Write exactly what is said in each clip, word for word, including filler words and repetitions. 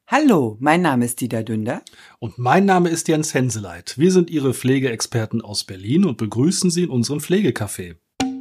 Hallo, mein Name ist Dieter Dünder. Und mein Name ist Jens Henseleit. Wir sind Ihre Pflegeexperten aus Berlin und begrüßen Sie in unserem Pflegecafé.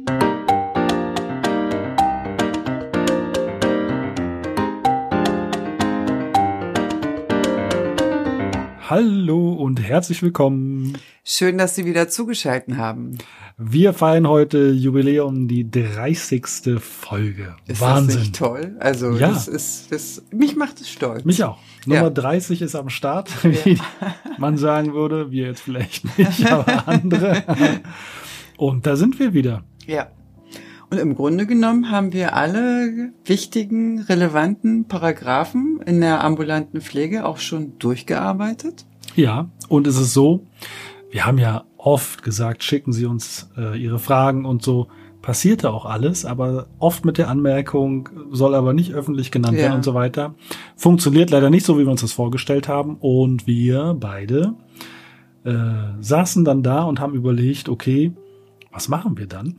Hallo und herzlich willkommen. Schön, dass Sie wieder zugeschaltet haben. Wir feiern heute Jubiläum, die dreißigste Folge. Ist Wahnsinn. Das nicht toll? Also ja. das ist, das, mich macht es stolz. Mich auch. Ja. Nummer dreißig ist am Start, wie ja. man sagen würde. Wir jetzt vielleicht nicht, aber andere. Und da sind wir wieder. Ja. Und im Grunde genommen haben wir alle wichtigen, relevanten Paragraphen in der ambulanten Pflege auch schon durchgearbeitet. Ja, und es ist so, wir haben ja oft gesagt, schicken Sie uns äh, Ihre Fragen und so. Passierte auch alles, aber oft mit der Anmerkung, soll aber nicht öffentlich genannt ja. werden und so weiter. Funktioniert leider nicht so, wie wir uns das vorgestellt haben. Und wir beide äh, saßen dann da und haben überlegt, okay, was machen wir dann?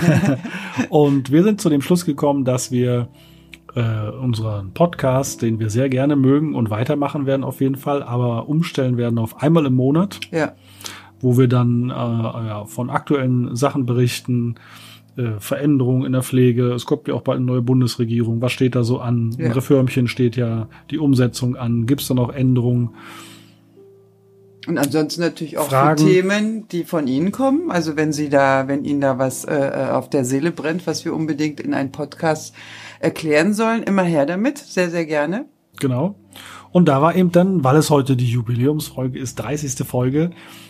Und wir sind zu dem Schluss gekommen, dass wir äh, unseren Podcast, den wir sehr gerne mögen und weitermachen werden auf jeden Fall, aber umstellen werden auf einmal im Monat, ja. wo wir dann äh, ja, von aktuellen Sachen berichten, äh, Veränderungen in der Pflege. Es kommt ja auch bald eine neue Bundesregierung. Was steht da so an? Ja. Ein Reformchen steht ja, die Umsetzung an. Gibt es da noch Änderungen? Und ansonsten natürlich auch Fragen. Für Themen, die von Ihnen kommen. Also wenn Sie da, wenn Ihnen da was äh, auf der Seele brennt, was wir unbedingt in einem Podcast erklären sollen, immer her damit. Sehr, sehr gerne. Genau. Und da war eben dann, weil es heute die Jubiläumsfolge ist, dreißigste Folge,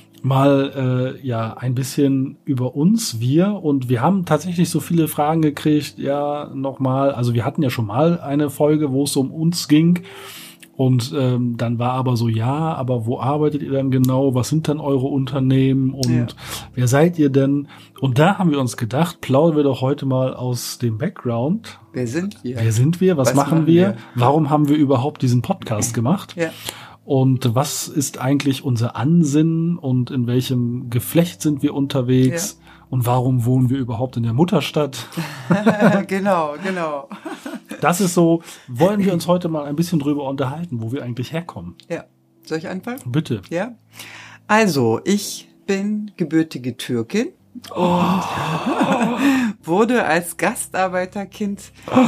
mal äh, ja ein bisschen über uns, wir. Und wir haben tatsächlich so viele Fragen gekriegt, ja, nochmal. Also wir hatten ja schon mal eine Folge, wo es um uns ging. Und ähm, dann war aber so, ja, aber wo arbeitet ihr dann genau? Was sind dann eure Unternehmen? Und ja. wer seid ihr denn? Und da haben wir uns gedacht, plaudern wir doch heute mal aus dem Background. Wer sind wir? Wer sind wir? Was, was machen, machen wir? wir? Warum haben wir überhaupt diesen Podcast gemacht? Ja. Und was ist eigentlich unser Ansinnen? Und in welchem Geflecht sind wir unterwegs? Ja. Und warum wohnen wir überhaupt in der Mutterstadt? Genau, genau. Das ist so, wollen wir uns heute mal ein bisschen drüber unterhalten, wo wir eigentlich herkommen. Ja. Soll ich anfangen? Bitte. Ja. Also, ich bin gebürtige Türkin und oh. wurde als Gastarbeiterkind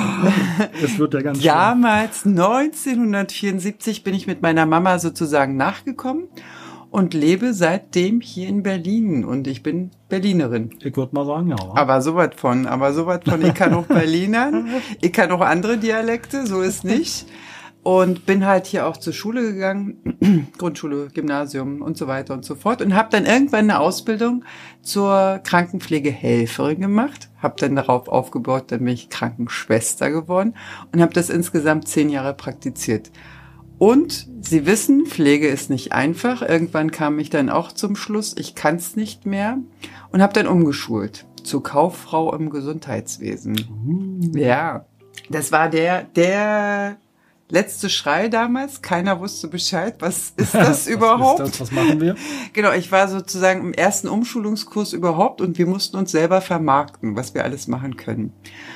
es wird ja ganz damals neunzehnhundertvierundsiebzig bin ich mit meiner Mama sozusagen nachgekommen. Und lebe seitdem hier in Berlin. Und ich bin Berlinerin. Ich würde mal sagen, ja. Aber so was von, aber so was von. Ich kann auch Berlinern. Ich kann auch andere Dialekte, so ist nicht. Und bin halt hier auch zur Schule gegangen. Grundschule, Gymnasium und so weiter und so fort. Und habe dann irgendwann eine Ausbildung zur Krankenpflegehelferin gemacht. Habe dann darauf aufgebaut, dann bin ich Krankenschwester geworden. Und habe das insgesamt zehn Jahre praktiziert. Und Sie wissen, Pflege ist nicht einfach. Irgendwann kam ich dann auch zum Schluss, ich kann es nicht mehr und habe dann umgeschult zur Kauffrau im Gesundheitswesen. Uh. Ja, das war der der letzte Schrei damals. Keiner wusste Bescheid. Was ist das überhaupt? Was ist das? Was machen wir? Genau, ich war sozusagen im ersten Umschulungskurs überhaupt und wir mussten uns selber vermarkten, was wir alles machen können.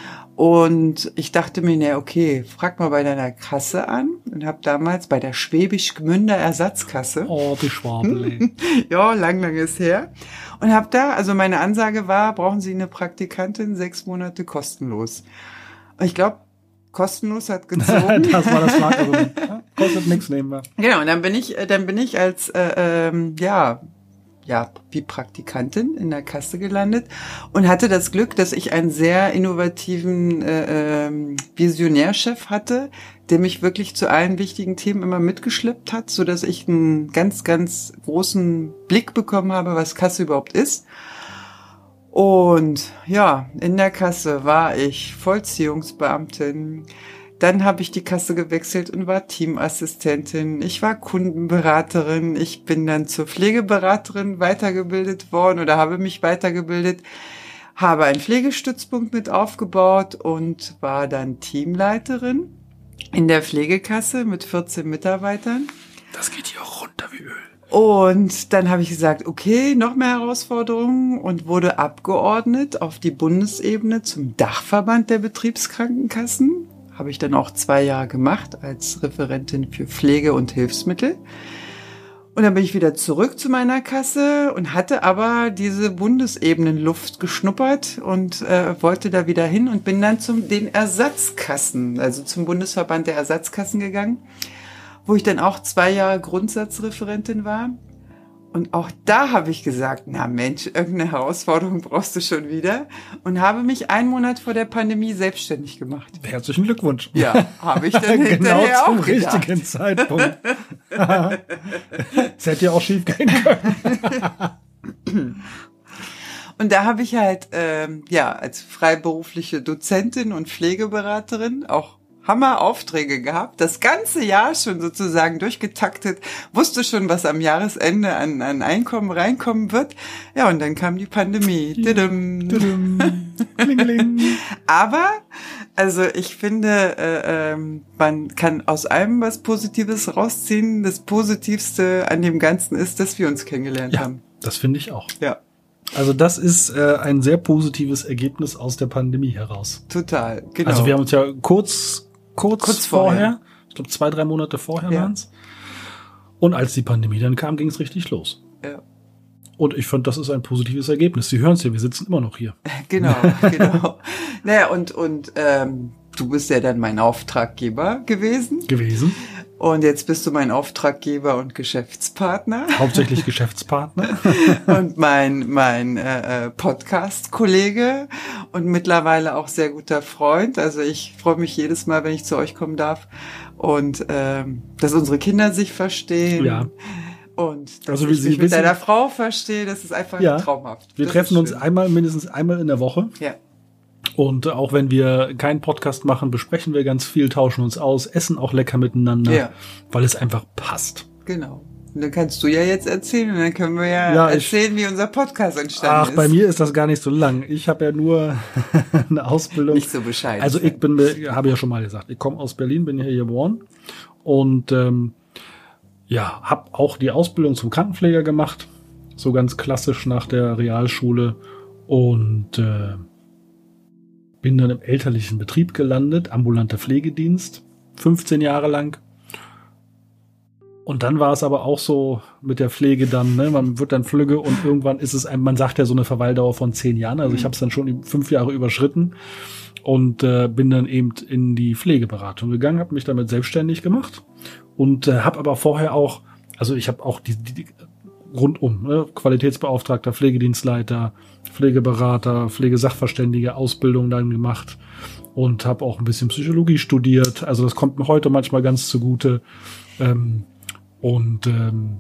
Und ich dachte mir, na okay, frag mal bei deiner Kasse an und habe damals bei der Schwäbisch Gmünder Ersatzkasse. Oh, die Schwabele. Ja, lang, lang ist her. Und habe da, also meine Ansage war, brauchen Sie eine Praktikantin, sechs Monate kostenlos. Und ich glaube, kostenlos hat gezogen. Das war das Schlagargument. Kostet nichts, nehmen wir. Genau, und dann bin ich, dann bin ich als, äh, ähm, ja, ja, wie Praktikantin in der Kasse gelandet und hatte das Glück, dass ich einen sehr innovativen äh, ähm, Visionärchef hatte, der mich wirklich zu allen wichtigen Themen immer mitgeschleppt hat, so dass ich einen ganz, ganz großen Blick bekommen habe, was Kasse überhaupt ist. Und ja, in der Kasse war ich Vollziehungsbeamtin. Dann habe ich die Kasse gewechselt und war Teamassistentin. Ich war Kundenberaterin. Ich bin dann zur Pflegeberaterin weitergebildet worden oder habe mich weitergebildet, habe einen Pflegestützpunkt mit aufgebaut und war dann Teamleiterin in der Pflegekasse mit vierzehn Mitarbeitern. Das geht hier auch runter wie Öl. Und dann habe ich gesagt, okay, noch mehr Herausforderungen und wurde abgeordnet auf die Bundesebene zum Dachverband der Betriebskrankenkassen. habe ich dann auch zwei Jahre gemacht als Referentin für Pflege und Hilfsmittel. Und dann bin ich wieder zurück zu meiner Kasse und hatte aber diese Bundesebenenluft geschnuppert und äh, wollte da wieder hin und bin dann zum den Ersatzkassen, also zum Bundesverband der Ersatzkassen gegangen, wo ich dann auch zwei Jahre Grundsatzreferentin war. Und auch da habe ich gesagt, na Mensch, irgendeine Herausforderung brauchst du schon wieder. Und habe mich einen Monat vor der Pandemie selbstständig gemacht. Herzlichen Glückwunsch. Ja, habe ich dann genau hinterher zum auch gedacht. richtigen Zeitpunkt. Das hätte ja auch schief gehen können. Und da habe ich halt, ähm, ja, als freiberufliche Dozentin und Pflegeberaterin auch Hammer-Aufträge gehabt, das ganze Jahr schon sozusagen durchgetaktet, wusste schon, was am Jahresende an, an Einkommen reinkommen wird. Ja, und dann kam die Pandemie. Tudum. Tudum. Kling, Aber, also ich finde, äh, ähm, man kann aus allem was Positives rausziehen. Das Positivste an dem Ganzen ist, dass wir uns kennengelernt ja, haben. Das finde ich auch. Ja. Also das ist äh, ein sehr positives Ergebnis aus der Pandemie heraus. Total, genau. Also wir haben uns ja kurz kurz, kurz vorher, vorher, ich glaube zwei, drei Monate vorher ja. waren es. Und als die Pandemie dann kam, ging es richtig los. Ja. Und ich fand, das ist ein positives Ergebnis. Sie hören es ja, wir sitzen immer noch hier. Genau, genau. Naja, und, und ähm, du bist ja dann mein Auftraggeber gewesen. Gewesen. Und jetzt bist du mein Auftraggeber und Geschäftspartner. Hauptsächlich Geschäftspartner. Und mein mein äh, Podcast-Kollege und mittlerweile auch sehr guter Freund. Also ich freue mich jedes Mal, wenn ich zu euch kommen darf. Und ähm, dass unsere Kinder sich verstehen. Ja. Und dass also, wie ich Sie mich mit wissen, deiner Frau verstehe, das ist einfach ja, traumhaft. Wir das treffen uns einmal, mindestens einmal in der Woche. Ja. Und auch wenn wir keinen Podcast machen, besprechen wir ganz viel, tauschen uns aus, essen auch lecker miteinander, ja. Weil es einfach passt. Genau. Und dann kannst du ja jetzt erzählen und dann können wir ja, ja erzählen, ich, wie unser Podcast entstanden ach, ist. Ach, bei mir ist das gar nicht so lang. Ich habe ja nur eine Ausbildung. Nicht so bescheiden. Also ich bin, habe ja schon mal gesagt, ich komme aus Berlin, bin hier geboren und ähm, ja, habe auch die Ausbildung zum Krankenpfleger gemacht, so ganz klassisch nach der Realschule und äh, bin dann im elterlichen Betrieb gelandet, ambulanter Pflegedienst, fünfzehn Jahre lang. Und dann war es aber auch so mit der Pflege dann, ne, man wird dann flügge und irgendwann ist es ein, man sagt ja so eine Verweildauer von zehn Jahren, also ich habe es dann schon fünf Jahre überschritten und äh, bin dann eben in die Pflegeberatung gegangen, habe mich damit selbstständig gemacht und äh, habe aber vorher auch, also ich habe auch die, die, die rundum, ne, Qualitätsbeauftragter, Pflegedienstleiter, Pflegeberater, Pflegesachverständige, Ausbildung dann gemacht und habe auch ein bisschen Psychologie studiert. Also das kommt mir heute manchmal ganz zugute. Ähm, und ähm,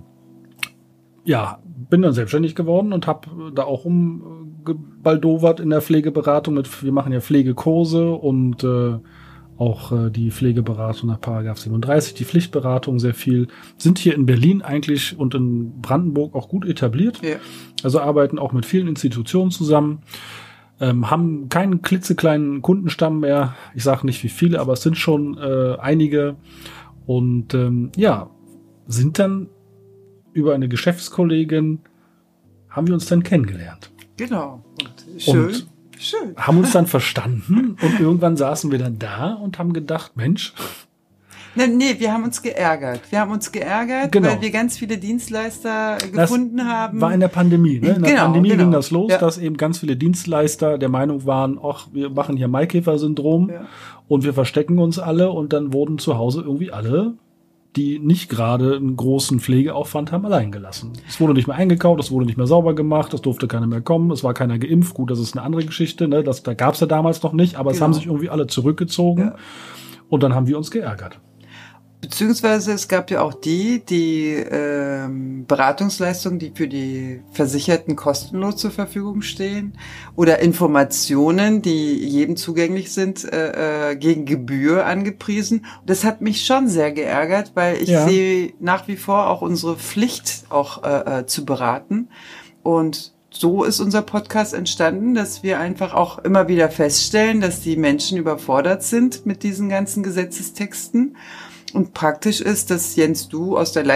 ja, bin dann selbstständig geworden und habe da auch umgebaldowert in der Pflegeberatung. Mit, wir machen ja Pflegekurse und äh, auch äh, die Pflegeberatung nach Paragraph siebenunddreißig, die Pflichtberatung sehr viel, sind hier in Berlin eigentlich und in Brandenburg auch gut etabliert. Ja. Also arbeiten auch mit vielen Institutionen zusammen, ähm, haben keinen klitzekleinen Kundenstamm mehr. Ich sage nicht wie viele, aber es sind schon äh, einige. Und ähm, ja, sind dann über eine Geschäftskollegin, haben wir uns dann kennengelernt. Genau. Und schön. Und Schön. Haben uns dann verstanden und irgendwann saßen wir dann da und haben gedacht, Mensch. Nee, nee, wir haben uns geärgert. Wir haben uns geärgert, genau. Weil wir ganz viele Dienstleister gefunden das haben. War in der Pandemie, ne? In der genau, Pandemie genau. ging das los, ja. dass eben ganz viele Dienstleister der Meinung waren, ach, wir machen hier Maikäfer-Syndrom ja. und wir verstecken uns alle und dann wurden zu Hause irgendwie alle, die nicht gerade einen großen Pflegeaufwand haben, allein gelassen. Es wurde nicht mehr eingekauft, es wurde nicht mehr sauber gemacht, es durfte keiner mehr kommen, es war keiner geimpft. Gut, das ist eine andere Geschichte, ne? Das, da gab es ja damals noch nicht, aber genau. Es haben sich irgendwie alle zurückgezogen ja. Und dann haben wir uns geärgert. Beziehungsweise es gab ja auch die, die ähm, Beratungsleistungen, die für die Versicherten kostenlos zur Verfügung stehen oder Informationen, die jedem zugänglich sind, äh, äh, gegen Gebühr angepriesen. Das hat mich schon sehr geärgert, weil ich ja. sehe nach wie vor auch unsere Pflicht, auch äh, äh, zu beraten. Und so ist unser Podcast entstanden, dass wir einfach auch immer wieder feststellen, dass die Menschen überfordert sind mit diesen ganzen Gesetzestexten. Und praktisch ist, dass Jens, du aus der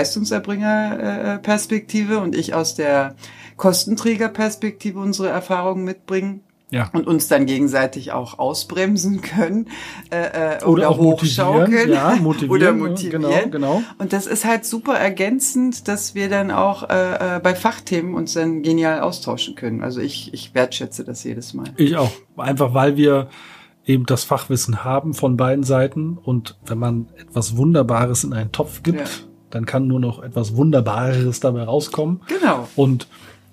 Leistungserbringerperspektive und ich aus der Kostenträgerperspektive unsere Erfahrungen mitbringen. Ja. Und uns dann gegenseitig auch ausbremsen können äh, oder, oder auch hochschaukeln ja, motivieren, oder motivieren. Genau, genau. Und das ist halt super ergänzend, dass wir dann auch äh, bei Fachthemen uns dann genial austauschen können. Also ich, ich wertschätze das jedes Mal. Ich auch. Einfach weil wir eben das Fachwissen haben von beiden Seiten. Und wenn man etwas Wunderbares in einen Topf gibt, ja. dann kann nur noch etwas Wunderbareres dabei rauskommen. Genau. Und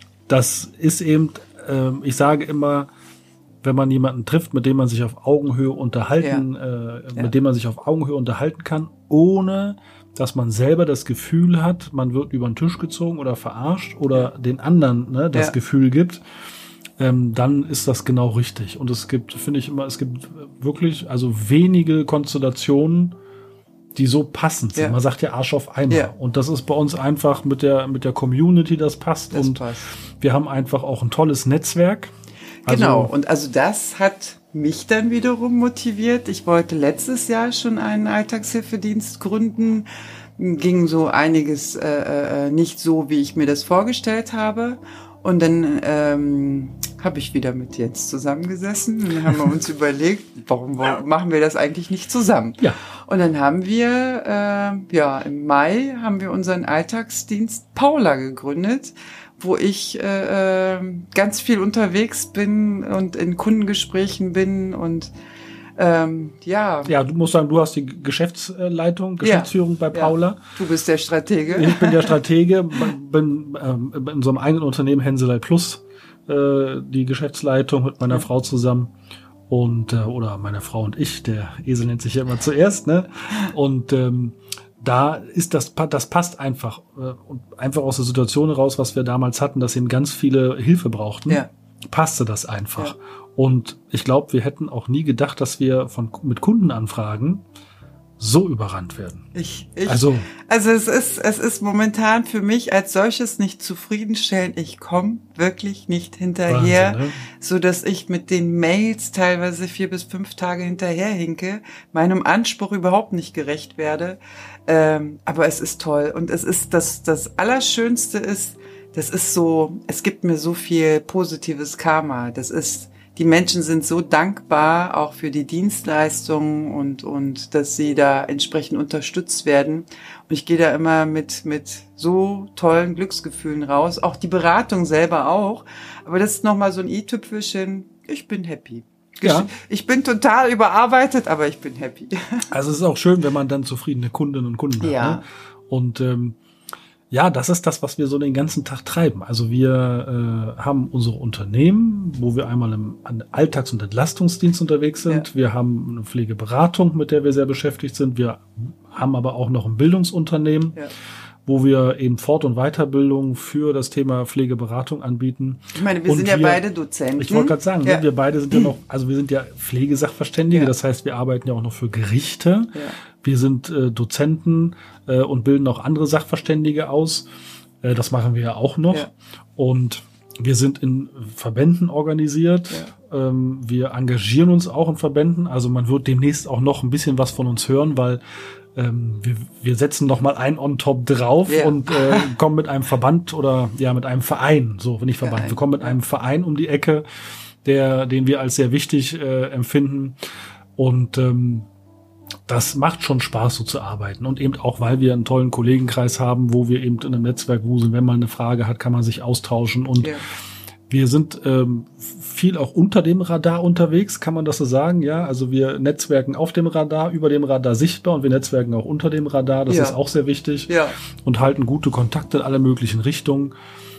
das ist eben, äh, ich sage immer, wenn man jemanden trifft, mit dem man sich auf Augenhöhe unterhalten, ja. äh, mit ja. dem man sich auf Augenhöhe unterhalten kann, ohne dass man selber das Gefühl hat, man wird über den Tisch gezogen oder verarscht oder ja. den anderen ne, das ja. Gefühl gibt, ähm, dann ist das genau richtig. Und es gibt, finde ich immer, es gibt wirklich also wenige Konstellationen, die so passend sind. Ja. Man sagt ja Arsch auf Eimer. Ja. Und das ist bei uns einfach mit der mit der Community, das passt. Das und passt. Wir haben einfach auch ein tolles Netzwerk. Also, genau, und also das hat mich dann wiederum motiviert. Ich wollte letztes Jahr schon einen Alltagshilfedienst gründen. Ging so einiges äh, nicht so, wie ich mir das vorgestellt habe. Und dann ähm, habe ich wieder mit Jens zusammengesessen und dann haben wir uns überlegt, warum, warum machen wir das eigentlich nicht zusammen? Ja. Und dann haben wir, äh, ja, im Mai haben wir unseren Alltagsdienst Paula gegründet, wo ich äh, ganz viel unterwegs bin und in Kundengesprächen bin und ähm, ja. Ja, du musst sagen, du hast die Geschäftsleitung, Geschäftsführung ja, bei Paula. Ja. Du bist der Stratege. Ich bin der Stratege, bin ähm, in so einem eigenen Unternehmen Henseleit Plus äh, die Geschäftsleitung mit meiner ja. Frau zusammen und äh, oder meine Frau und ich. Der Esel nennt sich ja immer zuerst, ne? Und ähm, da ist das, das passt einfach äh, und einfach aus der Situation heraus, was wir damals hatten, dass eben ganz viele Hilfe brauchten. Ja. Passte das einfach. Ja. Und ich glaube, wir hätten auch nie gedacht, dass wir von mit Kundenanfragen so überrannt werden. Ich, ich, also, also es ist, es ist momentan für mich als solches nicht zufriedenstellend. Ich komme wirklich nicht hinterher, Wahnsinn, ne? So dass ich mit den Mails teilweise vier bis fünf Tage hinterherhinke, meinem Anspruch überhaupt nicht gerecht werde. Ähm, aber es ist toll und es ist das, das Allerschönste ist, das ist so, es gibt mir so viel positives Karma. Das ist, die Menschen sind so dankbar auch für die Dienstleistungen und und dass sie da entsprechend unterstützt werden. Und ich gehe da immer mit mit so tollen Glücksgefühlen raus. Auch die Beratung selber auch. Aber das ist nochmal so ein i-Tüpfelchen. Ich bin happy. Ja. Ich bin total überarbeitet, aber ich bin happy. Also es ist auch schön, wenn man dann zufriedene Kundinnen und Kunden ja. hat. Ne? Und ähm, ja, das ist das, was wir so den ganzen Tag treiben. Also wir äh, haben unsere Unternehmen, wo wir einmal im Alltags- und Entlastungsdienst unterwegs sind. Ja. Wir haben eine Pflegeberatung, mit der wir sehr beschäftigt sind. Wir haben aber auch noch ein Bildungsunternehmen, ja. wo wir eben Fort- und Weiterbildung für das Thema Pflegeberatung anbieten. Ich meine, wir und sind ja wir, beide Dozenten. Ich wollte gerade sagen, ja. ne, wir beide sind ja noch, also wir sind ja Pflegesachverständige, ja. das heißt, wir arbeiten ja auch noch für Gerichte. Ja. Wir sind äh, Dozenten äh, und bilden auch andere Sachverständige aus. Äh, das machen wir ja auch noch. Ja. Und wir sind in Verbänden organisiert. Ja. Ähm, wir engagieren uns auch in Verbänden. Also man wird demnächst auch noch ein bisschen was von uns hören, weil ähm, wir, wir setzen noch mal ein on top drauf ja. und äh, kommen mit einem Verband oder ja mit einem Verein, so nicht Verband. Verein. Wir kommen mit einem Verein um die Ecke, der, den wir als sehr wichtig äh, empfinden. Und ähm, das macht schon Spaß, so zu arbeiten. Und eben auch, weil wir einen tollen Kollegenkreis haben, wo wir eben in einem Netzwerk wuseln. Wenn man eine Frage hat, kann man sich austauschen. Und ja. wir sind ähm, viel auch unter dem Radar unterwegs, kann man das so sagen? Ja, also wir netzwerken auf dem Radar, über dem Radar sichtbar und wir netzwerken auch unter dem Radar. Das ja. ist auch sehr wichtig. Ja. Und halten gute Kontakte in alle möglichen Richtungen.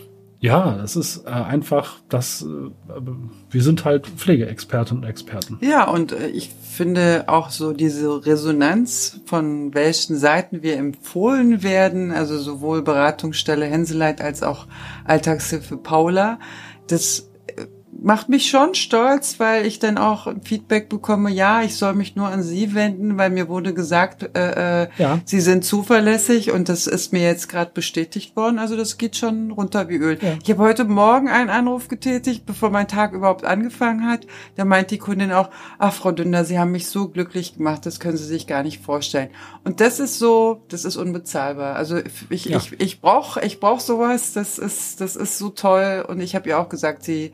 Ja, das ist äh, einfach, das, äh, wir sind halt Pflegeexpertinnen und Experten. Ja, und äh, ich finde auch so diese Resonanz, von welchen Seiten wir empfohlen werden, also sowohl Beratungsstelle Henseleit als auch Alltagshilfe Paula, das macht mich schon stolz, weil ich dann auch Feedback bekomme, ja, ich soll mich nur an Sie wenden, weil mir wurde gesagt, äh, ja. Sie sind zuverlässig und das ist mir jetzt gerade bestätigt worden. Also das geht schon runter wie Öl. Ja. Ich habe heute Morgen einen Anruf getätigt, bevor mein Tag überhaupt angefangen hat. Da meint die Kundin auch, ach Frau Dünder, Sie haben mich so glücklich gemacht, das können Sie sich gar nicht vorstellen. Und das ist so, das ist unbezahlbar. Also ich ja. ich ich brauche ich brauche sowas, das ist das ist so toll. Und ich habe ja auch gesagt, Sie äh,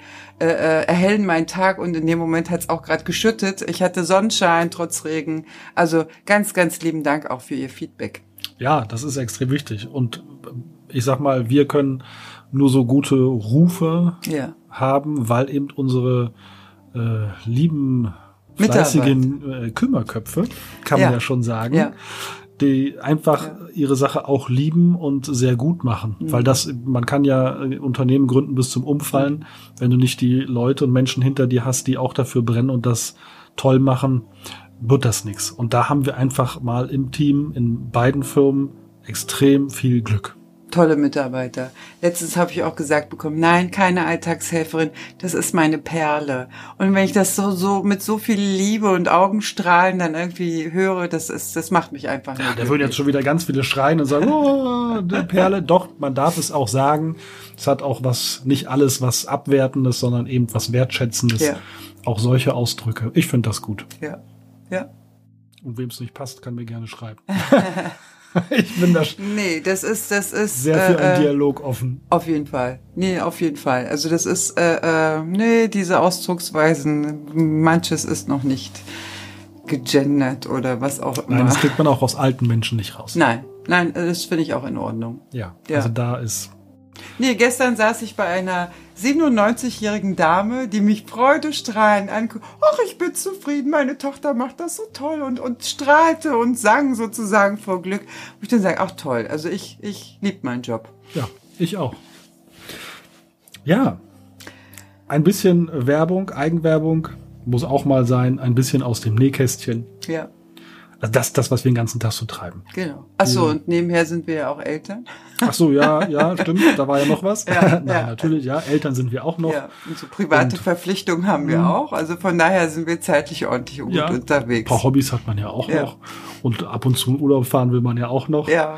äh, erhellen meinen Tag und in dem Moment hat es auch gerade geschüttet. Ich hatte Sonnenschein trotz Regen. Also ganz, ganz lieben Dank auch für Ihr Feedback. Ja, das ist extrem wichtig. Und ich sag mal, wir können nur so gute Rufe ja. haben, weil eben unsere äh, lieben, fleißigen äh, Kümmerköpfe, kann man ja, ja schon sagen, ja. die einfach ja. ihre Sache auch lieben und sehr gut machen. Mhm. Weil das, man kann ja Unternehmen gründen bis zum Umfallen, mhm. wenn du nicht die Leute und Menschen hinter dir hast, die auch dafür brennen und das toll machen, wird das nichts. Und da haben wir einfach mal im Team, in beiden Firmen, extrem viel Glück. Tolle Mitarbeiter. Letztens habe ich auch gesagt bekommen, nein, keine Alltagshelferin, das ist meine Perle. Und wenn ich das so so mit so viel Liebe und Augenstrahlen dann irgendwie höre, das ist, das macht mich einfach nicht. Ja, da würden jetzt schon wieder ganz viele schreien und sagen, oh, die Perle. Doch, man darf es auch sagen. Es hat auch was, nicht alles was Abwertendes, sondern eben was Wertschätzendes. Ja. Auch solche Ausdrücke. Ich finde das gut. Ja, ja. Und wem es nicht passt, kann mir gerne schreiben. Ich bin da nee, das ist, das ist sehr für einen äh, Dialog offen. Auf jeden Fall. Nee, auf jeden Fall. Also das ist, äh, äh, nee, diese Ausdrucksweisen, manches ist noch nicht gegendert oder was auch immer. Nein, das kriegt man auch aus alten Menschen nicht raus. Nein, nein, das finde ich auch in Ordnung. Ja, ja, also da ist... Nee, gestern saß ich bei einer siebenundneunzigjährigen Dame, die mich freudestrahlend anguckt. Ach, ich bin zufrieden, meine Tochter macht das so toll und, und strahlte und sang sozusagen vor Glück. Und ich dann sage, ach toll, also ich, ich liebe meinen Job. Ja, ich auch. Ja, ein bisschen Werbung, Eigenwerbung muss auch mal sein, ein bisschen aus dem Nähkästchen. Ja. Also das, das, was wir den ganzen Tag so treiben. Genau. Ach so, ja. Und nebenher sind wir ja auch Eltern. Ach so, ja, ja, stimmt. Da war ja noch was. Ja, Nein, ja. Natürlich, ja. Eltern sind wir auch noch. Ja, und so private und, Verpflichtungen haben wir mh. auch. Also von daher sind wir zeitlich ordentlich gut ja, unterwegs. Ein paar Hobbys hat man ja auch ja. noch. Und ab und zu in Urlaub fahren will man ja auch noch. Ja.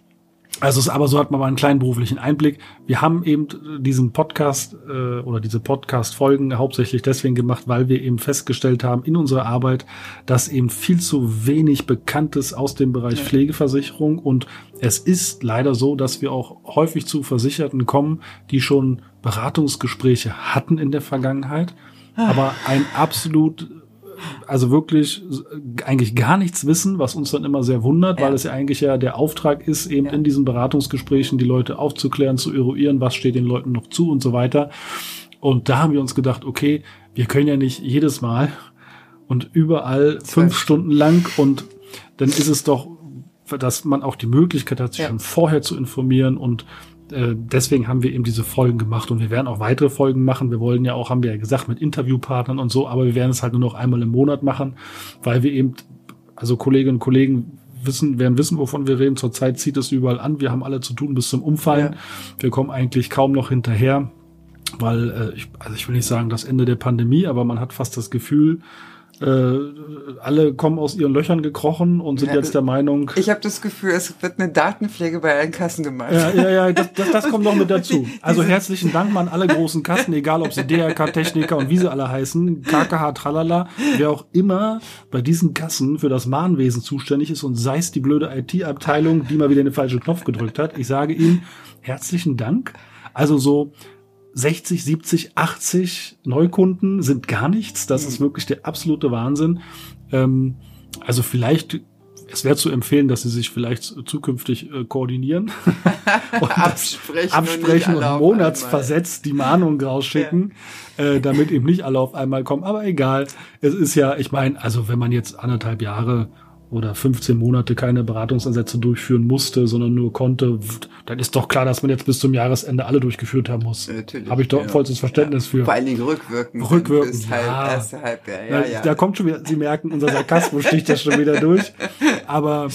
Also es, aber so hat man mal einen kleinen beruflichen Einblick. Wir haben eben diesen Podcast äh, oder diese Podcast-Folgen hauptsächlich deswegen gemacht, weil wir eben festgestellt haben in unserer Arbeit, dass eben viel zu wenig Bekanntes aus dem Bereich ja. Pflegeversicherung, und es ist leider so, dass wir auch häufig zu Versicherten kommen, die schon Beratungsgespräche hatten in der Vergangenheit, ah. aber ein absolut also wirklich eigentlich gar nichts wissen, was uns dann immer sehr wundert, ja. weil es ja eigentlich ja der Auftrag ist, eben ja. in diesen Beratungsgesprächen die Leute aufzuklären, zu eruieren, was steht den Leuten noch zu und so weiter. Und da haben wir uns gedacht, okay, wir können ja nicht jedes Mal und überall das fünf heißt. Stunden lang, und dann ist es doch, dass man auch die Möglichkeit hat, sich ja. schon vorher zu informieren, und deswegen haben wir eben diese Folgen gemacht, und wir werden auch weitere Folgen machen. Wir wollen ja auch, haben wir ja gesagt, mit Interviewpartnern und so, aber wir werden es halt nur noch einmal im Monat machen, weil wir eben, also Kolleginnen und Kollegen wissen, werden wissen, wovon wir reden. Zurzeit zieht es überall an. Wir haben alle zu tun bis zum Umfallen. Ja. Wir kommen eigentlich kaum noch hinterher, weil, äh, ich, also ich will nicht sagen das Ende der Pandemie, aber man hat fast das Gefühl, Äh, alle kommen aus ihren Löchern gekrochen und sind ja, jetzt der Meinung... Ich habe das Gefühl, es wird eine Datenpflege bei allen Kassen gemacht. Ja, ja, ja, das, das, das kommt noch mit dazu. Also herzlichen Dank mal an alle großen Kassen, egal ob sie D R K, Techniker und wie sie alle heißen, K K H, tralala, wer auch immer bei diesen Kassen für das Mahnwesen zuständig ist, und sei es die blöde I T-Abteilung, die mal wieder den falschen Knopf gedrückt hat. Ich sage Ihnen herzlichen Dank. Also so sechzig, siebzig, achtzig Neukunden sind gar nichts. Das ist wirklich der absolute Wahnsinn. Ähm, also vielleicht, es wäre zu empfehlen, dass Sie sich vielleicht zukünftig äh, koordinieren. und absprechen, absprechen und, und monatsversetzt die Mahnung rausschicken, ja. äh, damit eben nicht alle auf einmal kommen. Aber egal, es ist ja, ich meine, also wenn man jetzt anderthalb Jahre oder fünfzehn Monate keine Beratungsansätze durchführen musste, sondern nur konnte, dann ist doch klar, dass man jetzt bis zum Jahresende alle durchgeführt haben muss. Natürlich. Habe ich doch ja. vollstes Verständnis ja. für. Vor allen Dingen rückwirkend. Rückwirkend, bis ja. halb, erste Halbjahr. Ja, Na, ja. Da kommt schon wieder, Sie merken, unser Sarkasmus sticht das schon wieder durch. Aber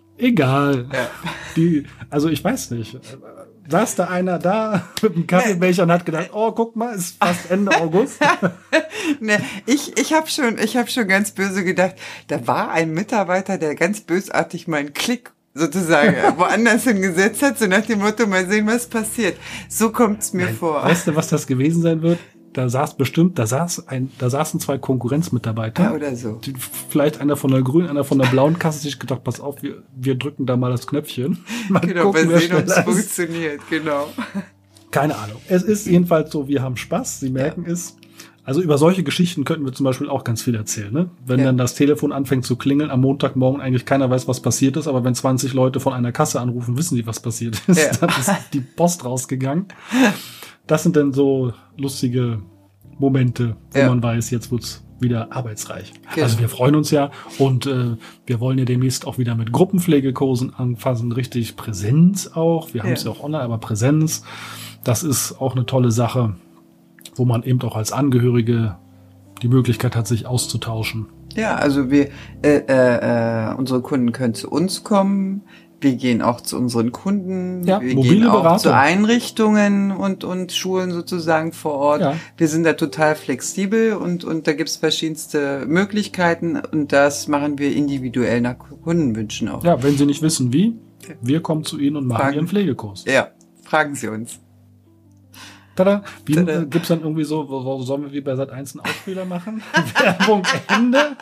egal. Ja. Die, also ich weiß nicht. Saß da einer da mit einem Kaffeebecher und hat gedacht, oh, guck mal, ist fast Ende August. Ne, ich ich habe schon, ich habe schon ganz böse gedacht, da war ein Mitarbeiter, der ganz bösartig meinen Klick sozusagen woanders hingesetzt hat, so nach dem Motto, mal sehen, was passiert. So kommt's mir Nein, vor. Weißt du, was das gewesen sein wird? Da saß bestimmt, da saß ein, da saßen zwei Konkurrenzmitarbeiter. Ja, oder so. Die, vielleicht einer von der grünen, einer von der blauen Kasse, sich gedacht, pass auf, wir, wir drücken da mal das Knöpfchen. Mal genau, gucken, wir sehen, ob es funktioniert, genau. Keine Ahnung. Es ist jedenfalls so, wir haben Spaß, Sie merken ja. es. Also über solche Geschichten könnten wir zum Beispiel auch ganz viel erzählen. Ne? Wenn Ja. dann das Telefon anfängt zu klingeln am Montagmorgen, eigentlich keiner weiß, was passiert ist, aber wenn zwanzig Leute von einer Kasse anrufen, wissen die, was passiert ist. Ja. Dann ist die Post rausgegangen. Das sind dann so lustige Momente, wo Ja. man weiß, jetzt wird's wieder arbeitsreich. Genau. Also wir freuen uns ja und äh, wir wollen ja demnächst auch wieder mit Gruppenpflegekursen anfassen, richtig Präsenz auch. Wir haben es Ja. ja auch online, aber Präsenz, das ist auch eine tolle Sache, wo man eben auch als Angehörige die Möglichkeit hat, sich auszutauschen. Ja, also wir, äh, äh, äh, unsere Kunden können zu uns kommen. Wir gehen auch zu unseren Kunden. Ja, wir mobile gehen auch Beratung. zu Einrichtungen und, und Schulen sozusagen vor Ort. Ja. Wir sind da total flexibel und, und da gibt's verschiedenste Möglichkeiten und das machen wir individuell nach Kundenwünschen auch. Ja, wenn Sie nicht wissen, wie, wir kommen zu Ihnen und machen Fragen. Ihren Pflegekurs. Ja, fragen Sie uns. Tada. Wie Tada. äh, gibt's dann irgendwie so, wo, wo sollen wir wie bei Sat eins einen Ausspieler machen? Werbung Ende.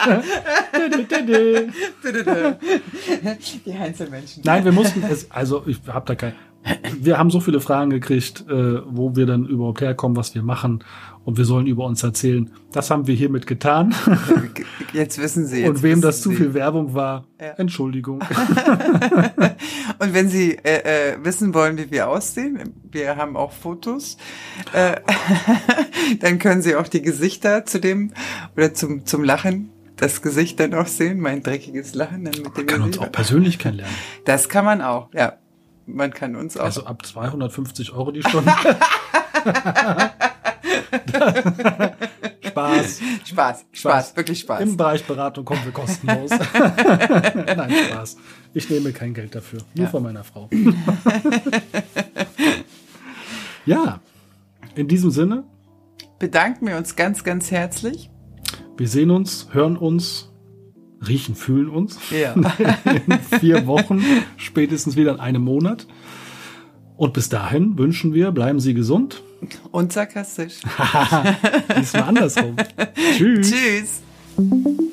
Die Einzelmenschen. Nein, wir mussten es, also ich habe da kein, wir haben so viele Fragen gekriegt, äh, wo wir dann überhaupt herkommen, was wir machen und wir sollen über uns erzählen. Das haben wir hiermit getan. Jetzt wissen Sie. Jetzt Und wem das wissen zu Sie. viel Werbung war, Ja. Entschuldigung. Und wenn Sie äh, äh, wissen wollen, wie wir aussehen, wir haben auch Fotos, äh, dann können Sie auch die Gesichter zu dem oder zum zum Lachen, das Gesicht dann auch sehen, mein dreckiges Lachen dann mit dem Man kann uns Gesicht. auch persönlich kennenlernen. Das kann man auch, ja. Man kann uns auch. Also ab zweihundertfünfzig Euro die Stunde. Spaß. Spaß, Spaß, wirklich Spaß. Im Bereich Beratung kommen wir kostenlos. Nein, Spaß. Ich nehme kein Geld dafür. Nur Ja. von meiner Frau. Ja, in diesem Sinne, Bedanken wir uns ganz, ganz herzlich. wir sehen uns, hören uns, riechen, fühlen uns. Ja. In vier Wochen, spätestens wieder in einem Monat. Und bis dahin wünschen wir, bleiben Sie gesund. Und sarkastisch. Diesmal andersrum. Tschüss. Tschüss.